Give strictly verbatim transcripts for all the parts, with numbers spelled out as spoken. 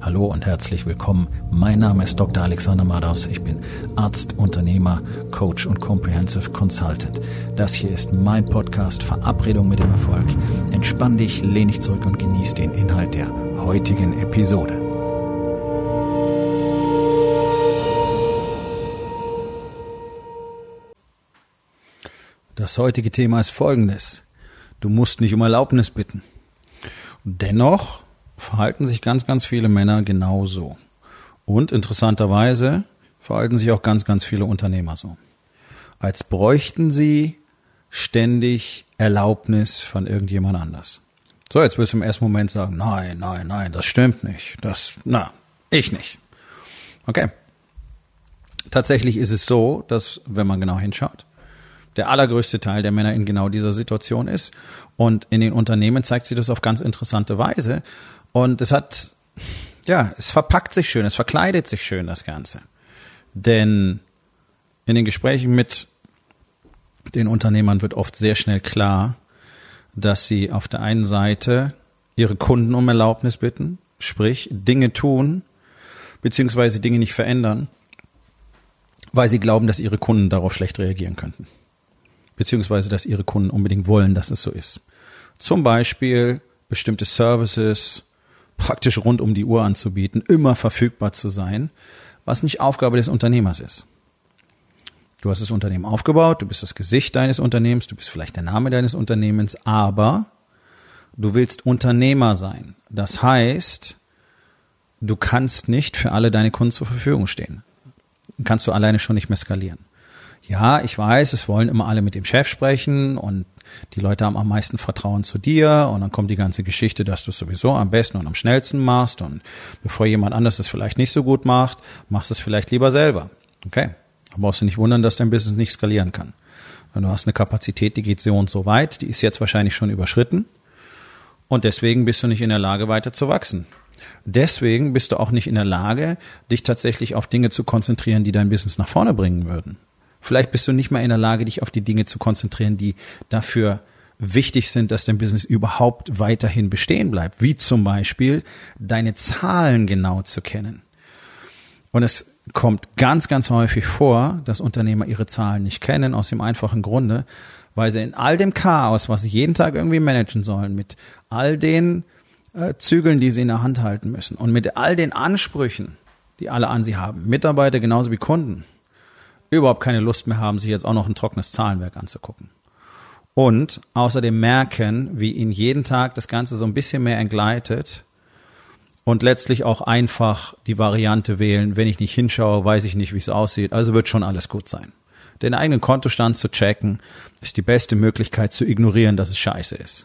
Hallo und herzlich willkommen. Mein Name ist Doktor Alexander Madaus. Ich bin Arzt, Unternehmer, Coach und Comprehensive Consultant. Das hier ist mein Podcast Verabredung mit dem Erfolg. Entspann dich, lehn dich zurück und genieß den Inhalt der heutigen Episode. Das heutige Thema ist folgendes. Du musst nicht um Erlaubnis bitten. Dennoch verhalten sich ganz, ganz viele Männer genauso. Und interessanterweise verhalten sich auch ganz, ganz viele Unternehmer so. Als bräuchten sie ständig Erlaubnis von irgendjemand anders. So, jetzt wirst du im ersten Moment sagen, nein, nein, nein, das stimmt nicht. Das, na, ich nicht. Okay. Tatsächlich ist es so, dass, wenn man genau hinschaut, der allergrößte Teil der Männer in genau dieser Situation ist. Und in den Unternehmen zeigt sich das auf ganz interessante Weise. Und es hat, ja, es verpackt sich schön, es verkleidet sich schön, das Ganze. Denn in den Gesprächen mit den Unternehmern wird oft sehr schnell klar, dass sie auf der einen Seite ihre Kunden um Erlaubnis bitten, sprich Dinge tun, beziehungsweise Dinge nicht verändern, weil sie glauben, dass ihre Kunden darauf schlecht reagieren könnten. Beziehungsweise, dass ihre Kunden unbedingt wollen, dass es so ist. Zum Beispiel bestimmte Services praktisch rund um die Uhr anzubieten, immer verfügbar zu sein, was nicht Aufgabe des Unternehmers ist. Du hast das Unternehmen aufgebaut, du bist das Gesicht deines Unternehmens, du bist vielleicht der Name deines Unternehmens, aber du willst Unternehmer sein. Das heißt, du kannst nicht für alle deine Kunden zur Verfügung stehen. Dann kannst du alleine schon nicht mehr skalieren. Ja, ich weiß, es wollen immer alle mit dem Chef sprechen und die Leute haben am meisten Vertrauen zu dir und dann kommt die ganze Geschichte, dass du es sowieso am besten und am schnellsten machst und bevor jemand anders es vielleicht nicht so gut macht, machst du es vielleicht lieber selber. Okay, da brauchst du nicht wundern, dass dein Business nicht skalieren kann. Wenn du hast eine Kapazität, die geht so und so weit, die ist jetzt wahrscheinlich schon überschritten und deswegen bist du nicht in der Lage, weiter zu wachsen. Deswegen bist du auch nicht in der Lage, dich tatsächlich auf Dinge zu konzentrieren, die dein Business nach vorne bringen würden. Vielleicht bist du nicht mehr in der Lage, dich auf die Dinge zu konzentrieren, die dafür wichtig sind, dass dein Business überhaupt weiterhin bestehen bleibt. Wie zum Beispiel deine Zahlen genau zu kennen. Und es kommt ganz, ganz häufig vor, dass Unternehmer ihre Zahlen nicht kennen, aus dem einfachen Grunde, weil sie in all dem Chaos, was sie jeden Tag irgendwie managen sollen, mit all den äh, Zügeln, die sie in der Hand halten müssen und mit all den Ansprüchen, die alle an sie haben, Mitarbeiter genauso wie Kunden, überhaupt keine Lust mehr haben, sich jetzt auch noch ein trockenes Zahlenwerk anzugucken. Und außerdem merken, wie ihnen jeden Tag das Ganze so ein bisschen mehr entgleitet und letztlich auch einfach die Variante wählen, wenn ich nicht hinschaue, weiß ich nicht, wie es aussieht, also wird schon alles gut sein. Den eigenen Kontostand zu checken, ist die beste Möglichkeit zu ignorieren, dass es scheiße ist.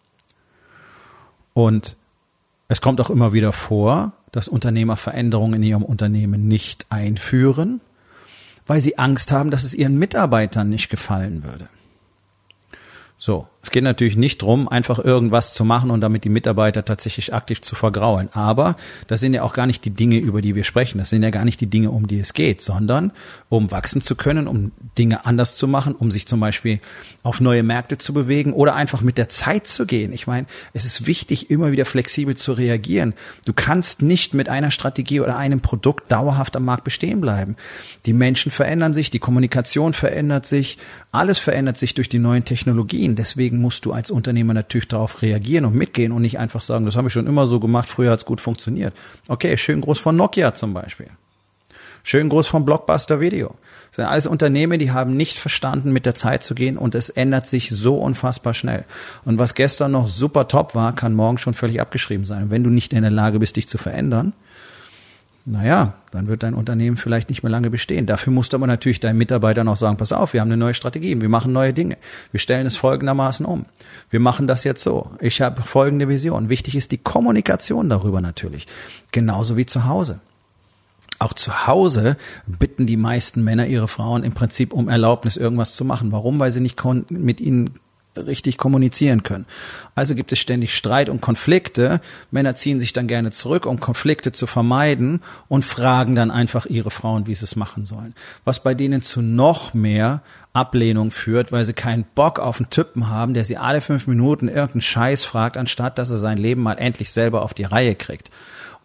Und es kommt auch immer wieder vor, dass Unternehmer Veränderungen in ihrem Unternehmen nicht einführen, weil sie Angst haben, dass es ihren Mitarbeitern nicht gefallen würde. So, es geht natürlich nicht drum, einfach irgendwas zu machen und damit die Mitarbeiter tatsächlich aktiv zu vergraulen. Aber das sind ja auch gar nicht die Dinge, über die wir sprechen. Das sind ja gar nicht die Dinge, um die es geht, sondern um wachsen zu können, um Dinge anders zu machen, um sich zum Beispiel auf neue Märkte zu bewegen oder einfach mit der Zeit zu gehen. Ich meine, es ist wichtig, immer wieder flexibel zu reagieren. Du kannst nicht mit einer Strategie oder einem Produkt dauerhaft am Markt bestehen bleiben. Die Menschen verändern sich, die Kommunikation verändert sich, alles verändert sich durch die neuen Technologien. Deswegen musst du als Unternehmer natürlich darauf reagieren und mitgehen und nicht einfach sagen, das habe ich schon immer so gemacht, früher hat es gut funktioniert. Okay, schön groß von Nokia zum Beispiel. Schön groß von Blockbuster Video. Das sind alles Unternehmen, die haben nicht verstanden, mit der Zeit zu gehen und es ändert sich so unfassbar schnell. Und was gestern noch super top war, kann morgen schon völlig abgeschrieben sein. Und wenn du nicht in der Lage bist, dich zu verändern, naja, dann wird dein Unternehmen vielleicht nicht mehr lange bestehen. Dafür musst du aber natürlich deinen Mitarbeitern auch sagen, pass auf, wir haben eine neue Strategie, wir machen neue Dinge. Wir stellen es folgendermaßen um. Wir machen das jetzt so. Ich habe folgende Vision. Wichtig ist die Kommunikation darüber natürlich. Genauso wie zu Hause. Auch zu Hause bitten die meisten Männer ihre Frauen im Prinzip um Erlaubnis, irgendwas zu machen. Warum? Weil sie nicht kon- mit ihnen richtig kommunizieren können. Also gibt es ständig Streit und Konflikte. Männer ziehen sich dann gerne zurück, um Konflikte zu vermeiden und fragen dann einfach ihre Frauen, wie sie es machen sollen. Was bei denen zu noch mehr Ablehnung führt, weil sie keinen Bock auf einen Typen haben, der sie alle fünf Minuten irgendeinen Scheiß fragt, anstatt dass er sein Leben mal endlich selber auf die Reihe kriegt.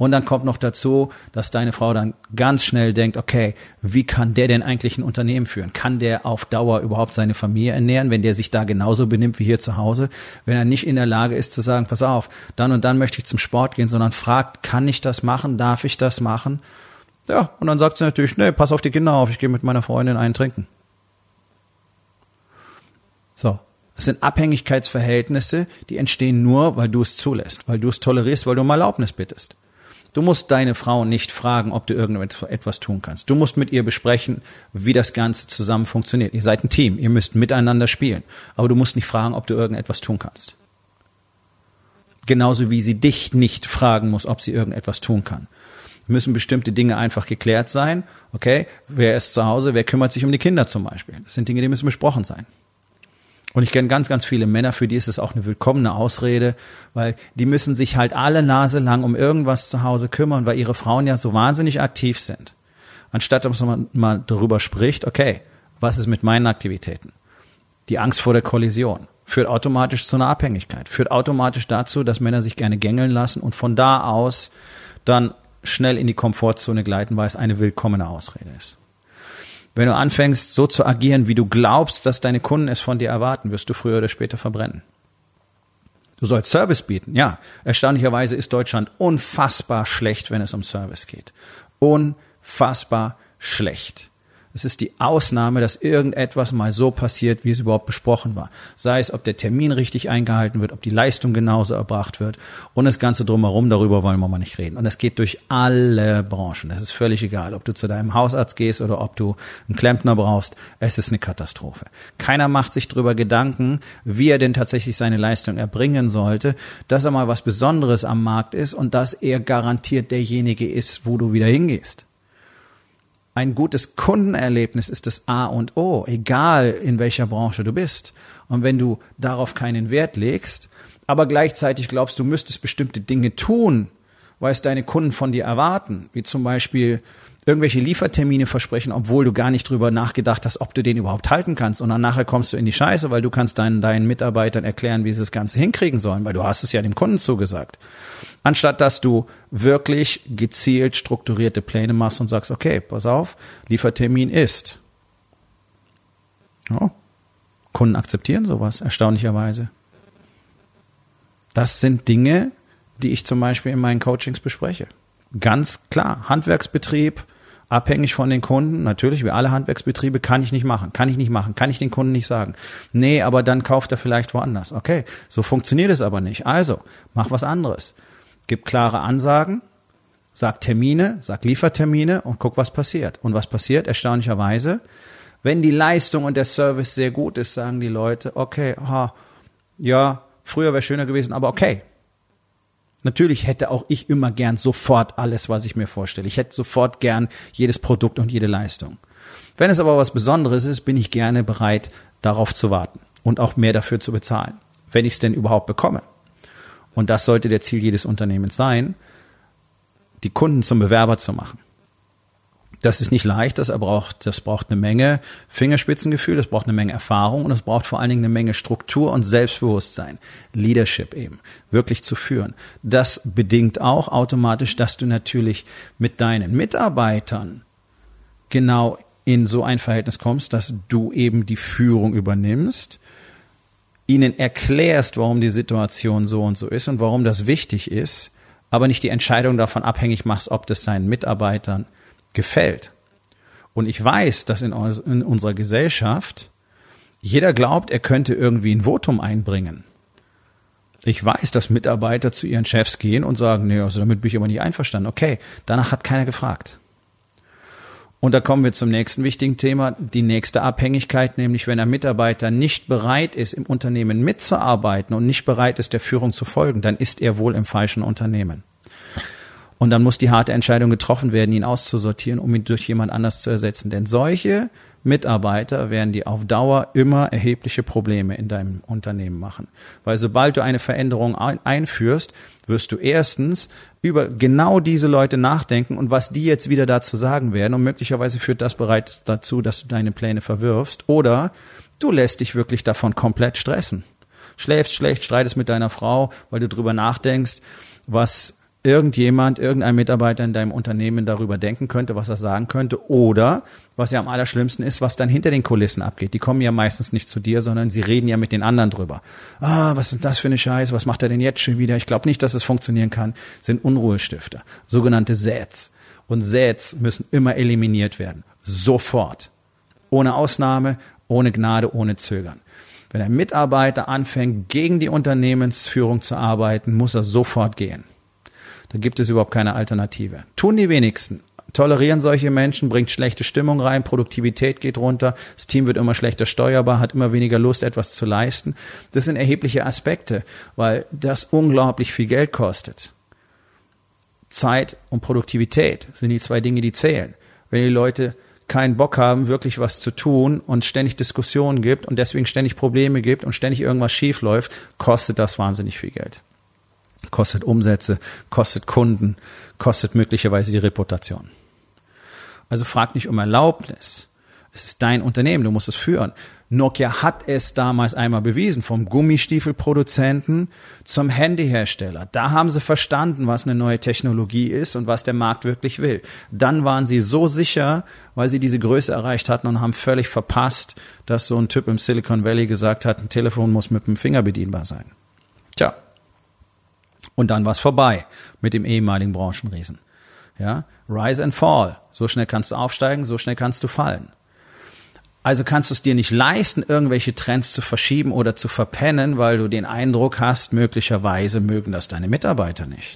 Und dann kommt noch dazu, dass deine Frau dann ganz schnell denkt, okay, wie kann der denn eigentlich ein Unternehmen führen? Kann der auf Dauer überhaupt seine Familie ernähren, wenn der sich da genauso benimmt wie hier zu Hause? Wenn er nicht in der Lage ist zu sagen, pass auf, dann und dann möchte ich zum Sport gehen, sondern fragt, kann ich das machen? Darf ich das machen? Ja, und dann sagt sie natürlich, nee, pass auf die Kinder auf, ich gehe mit meiner Freundin einen trinken. So. Das sind Abhängigkeitsverhältnisse, die entstehen nur, weil du es zulässt, weil du es tolerierst, weil du um Erlaubnis bittest. Du musst deine Frau nicht fragen, ob du irgendetwas tun kannst. Du musst mit ihr besprechen, wie das Ganze zusammen funktioniert. Ihr seid ein Team, ihr müsst miteinander spielen. Aber du musst nicht fragen, ob du irgendetwas tun kannst. Genauso wie sie dich nicht fragen muss, ob sie irgendetwas tun kann. Müssen bestimmte Dinge einfach geklärt sein. Okay, wer ist zu Hause, wer kümmert sich um die Kinder zum Beispiel? Das sind Dinge, die müssen besprochen sein. Und ich kenne ganz, ganz viele Männer, für die ist es auch eine willkommene Ausrede, weil die müssen sich halt alle Nase lang um irgendwas zu Hause kümmern, weil ihre Frauen ja so wahnsinnig aktiv sind. Anstatt dass man mal darüber spricht, okay, was ist mit meinen Aktivitäten? Die Angst vor der Kollision führt automatisch zu einer Abhängigkeit, führt automatisch dazu, dass Männer sich gerne gängeln lassen und von da aus dann schnell in die Komfortzone gleiten, weil es eine willkommene Ausrede ist. Wenn du anfängst, so zu agieren, wie du glaubst, dass deine Kunden es von dir erwarten, wirst du früher oder später verbrennen. Du sollst Service bieten. Ja, erstaunlicherweise ist Deutschland unfassbar schlecht, wenn es um Service geht. Unfassbar schlecht. Es ist die Ausnahme, dass irgendetwas mal so passiert, wie es überhaupt besprochen war. Sei es, ob der Termin richtig eingehalten wird, ob die Leistung genauso erbracht wird und das Ganze drumherum, darüber wollen wir mal nicht reden. Und das geht durch alle Branchen. Das ist völlig egal, ob du zu deinem Hausarzt gehst oder ob du einen Klempner brauchst. Es ist eine Katastrophe. Keiner macht sich darüber Gedanken, wie er denn tatsächlich seine Leistung erbringen sollte, dass er mal was Besonderes am Markt ist und dass er garantiert derjenige ist, wo du wieder hingehst. Ein gutes Kundenerlebnis ist das A und O, egal in welcher Branche du bist. Und wenn du darauf keinen Wert legst, aber gleichzeitig glaubst, du müsstest bestimmte Dinge tun, weil es deine Kunden von dir erwarten, wie zum Beispiel irgendwelche Liefertermine versprechen, obwohl du gar nicht drüber nachgedacht hast, ob du den überhaupt halten kannst. Und dann nachher kommst du in die Scheiße, weil du kannst deinen, deinen Mitarbeitern erklären, wie sie das Ganze hinkriegen sollen, weil du hast es ja dem Kunden zugesagt. Anstatt dass du wirklich gezielt strukturierte Pläne machst und sagst, okay, pass auf, Liefertermin ist. Ja, Kunden akzeptieren sowas, erstaunlicherweise. Das sind Dinge, die ich zum Beispiel in meinen Coachings bespreche. Ganz klar, Handwerksbetrieb, abhängig von den Kunden, natürlich, wie alle Handwerksbetriebe, kann ich nicht machen, kann ich nicht machen, kann ich den Kunden nicht sagen. Nee, aber dann kauft er vielleicht woanders. Okay, so funktioniert es aber nicht. Also, mach was anderes. Gib klare Ansagen, sag Termine, sag Liefertermine und guck, was passiert. Und was passiert? Erstaunlicherweise, wenn die Leistung und der Service sehr gut ist, sagen die Leute, okay, aha, ja, früher wäre schöner gewesen, aber okay. Natürlich hätte auch ich immer gern sofort alles, was ich mir vorstelle. Ich hätte sofort gern jedes Produkt und jede Leistung. Wenn es aber was Besonderes ist, bin ich gerne bereit, darauf zu warten und auch mehr dafür zu bezahlen, wenn ich es denn überhaupt bekomme. Und das sollte der Ziel jedes Unternehmens sein, die Kunden zum Bewerber zu machen. Das ist nicht leicht, das braucht, das braucht eine Menge Fingerspitzengefühl, das braucht eine Menge Erfahrung und es braucht vor allen Dingen eine Menge Struktur und Selbstbewusstsein. Leadership eben, wirklich zu führen. Das bedingt auch automatisch, dass du natürlich mit deinen Mitarbeitern genau in so ein Verhältnis kommst, dass du eben die Führung übernimmst, ihnen erklärst, warum die Situation so und so ist und warum das wichtig ist, aber nicht die Entscheidung davon abhängig machst, ob das deinen Mitarbeitern gefällt. Und ich weiß, dass in, in unserer Gesellschaft jeder glaubt, er könnte irgendwie ein Votum einbringen. Ich weiß, dass Mitarbeiter zu ihren Chefs gehen und sagen, nee, also damit bin ich aber nicht einverstanden. Okay, danach hat keiner gefragt. Und da kommen wir zum nächsten wichtigen Thema, die nächste Abhängigkeit, nämlich wenn ein Mitarbeiter nicht bereit ist, im Unternehmen mitzuarbeiten und nicht bereit ist, der Führung zu folgen, dann ist er wohl im falschen Unternehmen. Und dann muss die harte Entscheidung getroffen werden, ihn auszusortieren, um ihn durch jemand anders zu ersetzen. Denn solche Mitarbeiter werden dir auf Dauer immer erhebliche Probleme in deinem Unternehmen machen. Weil sobald du eine Veränderung einführst, wirst du erstens über genau diese Leute nachdenken und was die jetzt wieder dazu sagen werden. Und möglicherweise führt das bereits dazu, dass du deine Pläne verwirfst. Oder du lässt dich wirklich davon komplett stressen. Schläfst schlecht, streitest mit deiner Frau, weil du drüber nachdenkst, was irgendjemand, irgendein Mitarbeiter in deinem Unternehmen darüber denken könnte, was er sagen könnte, oder, was ja am allerschlimmsten ist, was dann hinter den Kulissen abgeht. Die kommen ja meistens nicht zu dir, sondern sie reden ja mit den anderen drüber. Ah, was ist das für eine Scheiße, was macht er denn jetzt schon wieder? Ich glaube nicht, dass es funktionieren kann. Sind Unruhestifter, sogenannte Säts. Und Säts müssen immer eliminiert werden. Sofort. Ohne Ausnahme, ohne Gnade, ohne Zögern. Wenn ein Mitarbeiter anfängt, gegen die Unternehmensführung zu arbeiten, muss er sofort gehen. Da gibt es überhaupt keine Alternative. Tun die wenigsten. Tolerieren solche Menschen, bringt schlechte Stimmung rein, Produktivität geht runter, das Team wird immer schlechter steuerbar, hat immer weniger Lust, etwas zu leisten. Das sind erhebliche Aspekte, weil das unglaublich viel Geld kostet. Zeit und Produktivität sind die zwei Dinge, die zählen. Wenn die Leute keinen Bock haben, wirklich was zu tun und ständig Diskussionen gibt und deswegen ständig Probleme gibt und ständig irgendwas schief läuft, kostet das wahnsinnig viel Geld. Kostet Umsätze, kostet Kunden, kostet möglicherweise die Reputation. Also frag nicht um Erlaubnis. Es ist dein Unternehmen, du musst es führen. Nokia hat es damals einmal bewiesen, vom Gummistiefelproduzenten zum Handyhersteller. Da haben sie verstanden, was eine neue Technologie ist und was der Markt wirklich will. Dann waren sie so sicher, weil sie diese Größe erreicht hatten und haben völlig verpasst, dass so ein Typ im Silicon Valley gesagt hat, ein Telefon muss mit dem Finger bedienbar sein. Tja. Und dann war es vorbei mit dem ehemaligen Branchenriesen. Ja, rise and fall. So schnell kannst du aufsteigen, so schnell kannst du fallen. Also kannst du es dir nicht leisten, irgendwelche Trends zu verschieben oder zu verpennen, weil du den Eindruck hast, möglicherweise mögen das deine Mitarbeiter nicht.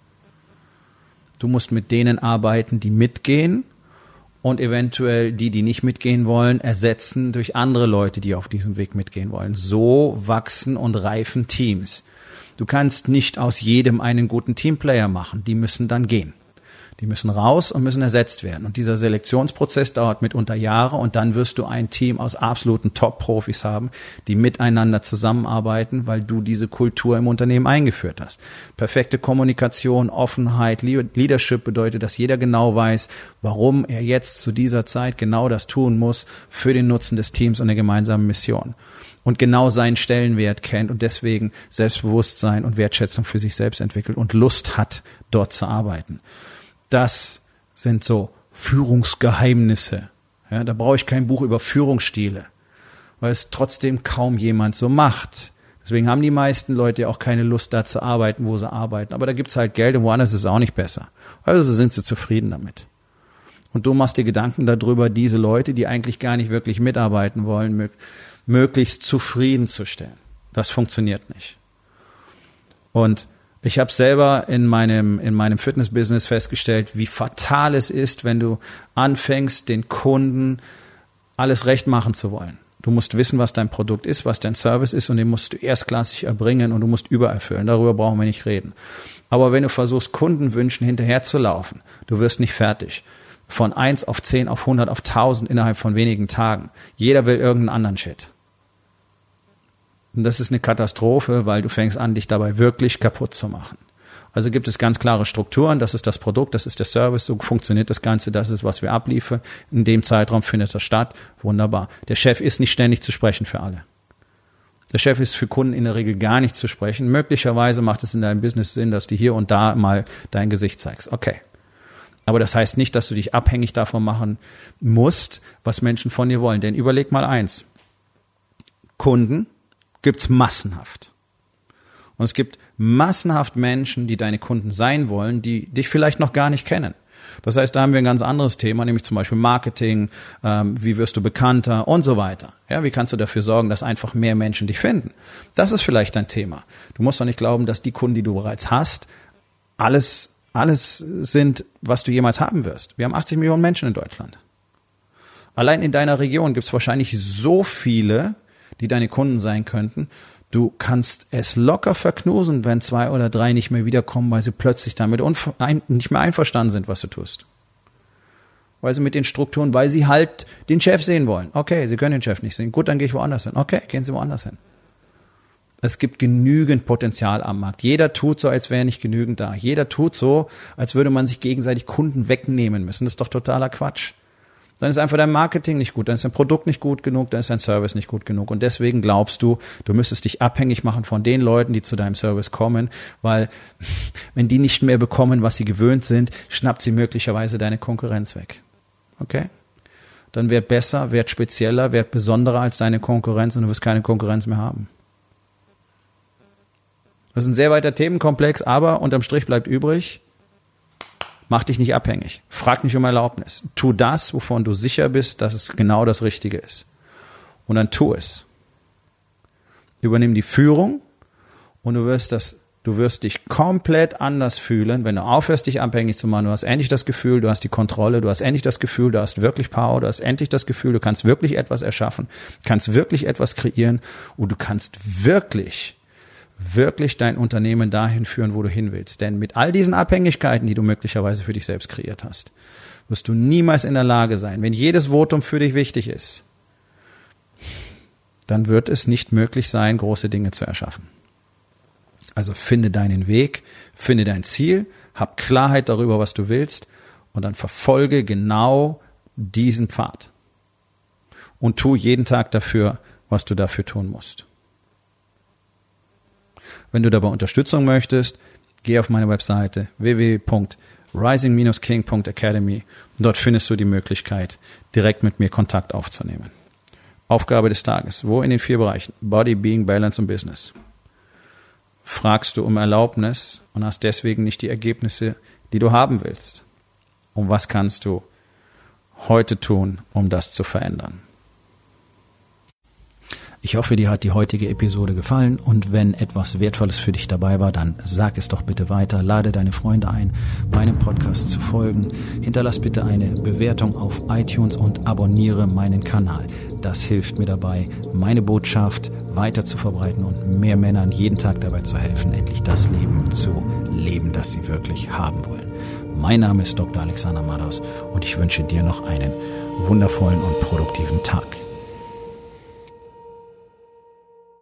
Du musst mit denen arbeiten, die mitgehen und eventuell die, die nicht mitgehen wollen, ersetzen durch andere Leute, die auf diesem Weg mitgehen wollen. So wachsen und reifen Teams. Du kannst nicht aus jedem einen guten Teamplayer machen. Die müssen dann gehen. Die müssen raus und müssen ersetzt werden. Und dieser Selektionsprozess dauert mitunter Jahre und dann wirst du ein Team aus absoluten Top-Profis haben, die miteinander zusammenarbeiten, weil du diese Kultur im Unternehmen eingeführt hast. Perfekte Kommunikation, Offenheit, Leadership bedeutet, dass jeder genau weiß, warum er jetzt zu dieser Zeit genau das tun muss für den Nutzen des Teams und der gemeinsamen Mission. Und genau seinen Stellenwert kennt und deswegen Selbstbewusstsein und Wertschätzung für sich selbst entwickelt und Lust hat, dort zu arbeiten. Das sind so Führungsgeheimnisse. Ja, da brauche ich kein Buch über Führungsstile, weil es trotzdem kaum jemand so macht. Deswegen haben die meisten Leute ja auch keine Lust, da zu arbeiten, wo sie arbeiten. Aber da gibt's halt Geld und woanders ist es auch nicht besser. Also sind sie zufrieden damit. Und du machst dir Gedanken darüber, diese Leute, die eigentlich gar nicht wirklich mitarbeiten wollen, mö- möglichst zufriedenzustellen. Das funktioniert nicht. Und ich habe selber in meinem in meinem Fitness-Business festgestellt, wie fatal es ist, wenn du anfängst, den Kunden alles recht machen zu wollen. Du musst wissen, was dein Produkt ist, was dein Service ist und den musst du erstklassig erbringen und du musst übererfüllen. Darüber brauchen wir nicht reden. Aber wenn du versuchst, Kundenwünschen hinterherzulaufen, du wirst nicht fertig. Von eins auf zehn, auf hundert, auf tausend innerhalb von wenigen Tagen. Jeder will irgendeinen anderen Shit. Und das ist eine Katastrophe, weil du fängst an, dich dabei wirklich kaputt zu machen. Also gibt es ganz klare Strukturen, das ist das Produkt, das ist der Service, so funktioniert das Ganze, das ist, was wir abliefern. In dem Zeitraum findet das statt, wunderbar. Der Chef ist nicht ständig zu sprechen für alle. Der Chef ist für Kunden in der Regel gar nicht zu sprechen. Möglicherweise macht es in deinem Business Sinn, dass du hier und da mal dein Gesicht zeigst. Okay. Aber das heißt nicht, dass du dich abhängig davon machen musst, was Menschen von dir wollen. Denn überleg mal eins. Kunden gibt's massenhaft. Und es gibt massenhaft Menschen, die deine Kunden sein wollen, die dich vielleicht noch gar nicht kennen. Das heißt, da haben wir ein ganz anderes Thema, nämlich zum Beispiel Marketing, ähm, wie wirst du bekannter und so weiter. Ja, wie kannst du dafür sorgen, dass einfach mehr Menschen dich finden? Das ist vielleicht dein Thema. Du musst doch nicht glauben, dass die Kunden, die du bereits hast, alles, alles sind, was du jemals haben wirst. Wir haben achtzig Millionen Menschen in Deutschland. Allein in deiner Region gibt's wahrscheinlich so viele, die deine Kunden sein könnten. Du kannst es locker verknusen, wenn zwei oder drei nicht mehr wiederkommen, weil sie plötzlich damit unver- ein, nicht mehr einverstanden sind, was du tust. Weil sie mit den Strukturen, weil sie halt den Chef sehen wollen. Okay, sie können den Chef nicht sehen. Gut, dann gehe ich woanders hin. Okay, gehen Sie woanders hin. Es gibt genügend Potenzial am Markt. Jeder tut so, als wäre nicht genügend da. Jeder tut so, als würde man sich gegenseitig Kunden wegnehmen müssen. Das ist doch totaler Quatsch. Dann ist einfach dein Marketing nicht gut, dann ist dein Produkt nicht gut genug, dann ist dein Service nicht gut genug. Und deswegen glaubst du, du müsstest dich abhängig machen von den Leuten, die zu deinem Service kommen, weil wenn die nicht mehr bekommen, was sie gewöhnt sind, schnappt sie möglicherweise deine Konkurrenz weg. Okay? Dann werd besser, werd spezieller, werd besonderer als deine Konkurrenz und du wirst keine Konkurrenz mehr haben. Das ist ein sehr weiter Themenkomplex, aber unterm Strich bleibt übrig, mach dich nicht abhängig. Frag nicht um Erlaubnis. Tu das, wovon du sicher bist, dass es genau das Richtige ist. Und dann tu es. Übernimm die Führung und du wirst das, du wirst dich komplett anders fühlen, wenn du aufhörst, dich abhängig zu machen. Du hast endlich das Gefühl, du hast die Kontrolle, du hast endlich das Gefühl, du hast wirklich Power, du hast endlich das Gefühl, du kannst wirklich etwas erschaffen, kannst wirklich etwas kreieren und du kannst wirklich wirklich dein Unternehmen dahin führen, wo du hin willst. Denn mit all diesen Abhängigkeiten, die du möglicherweise für dich selbst kreiert hast, wirst du niemals in der Lage sein, wenn jedes Votum für dich wichtig ist, dann wird es nicht möglich sein, große Dinge zu erschaffen. Also finde deinen Weg, finde dein Ziel, hab Klarheit darüber, was du willst und dann verfolge genau diesen Pfad. Und tu jeden Tag dafür, was du dafür tun musst. Wenn du dabei Unterstützung möchtest, geh auf meine Webseite w w w punkt rising dash king punkt academy. Dort findest du die Möglichkeit, direkt mit mir Kontakt aufzunehmen. Aufgabe des Tages. Wo in den vier Bereichen? Body, Being, Balance und Business. Fragst du um Erlaubnis und hast deswegen nicht die Ergebnisse, die du haben willst? Und was kannst du heute tun, um das zu verändern? Ich hoffe, dir hat die heutige Episode gefallen und wenn etwas Wertvolles für dich dabei war, dann sag es doch bitte weiter, lade deine Freunde ein, meinem Podcast zu folgen, hinterlass bitte eine Bewertung auf iTunes und abonniere meinen Kanal. Das hilft mir dabei, meine Botschaft weiter zu verbreiten und mehr Männern jeden Tag dabei zu helfen, endlich das Leben zu leben, das sie wirklich haben wollen. Mein Name ist Doktor Alexander Madaus und ich wünsche dir noch einen wundervollen und produktiven Tag.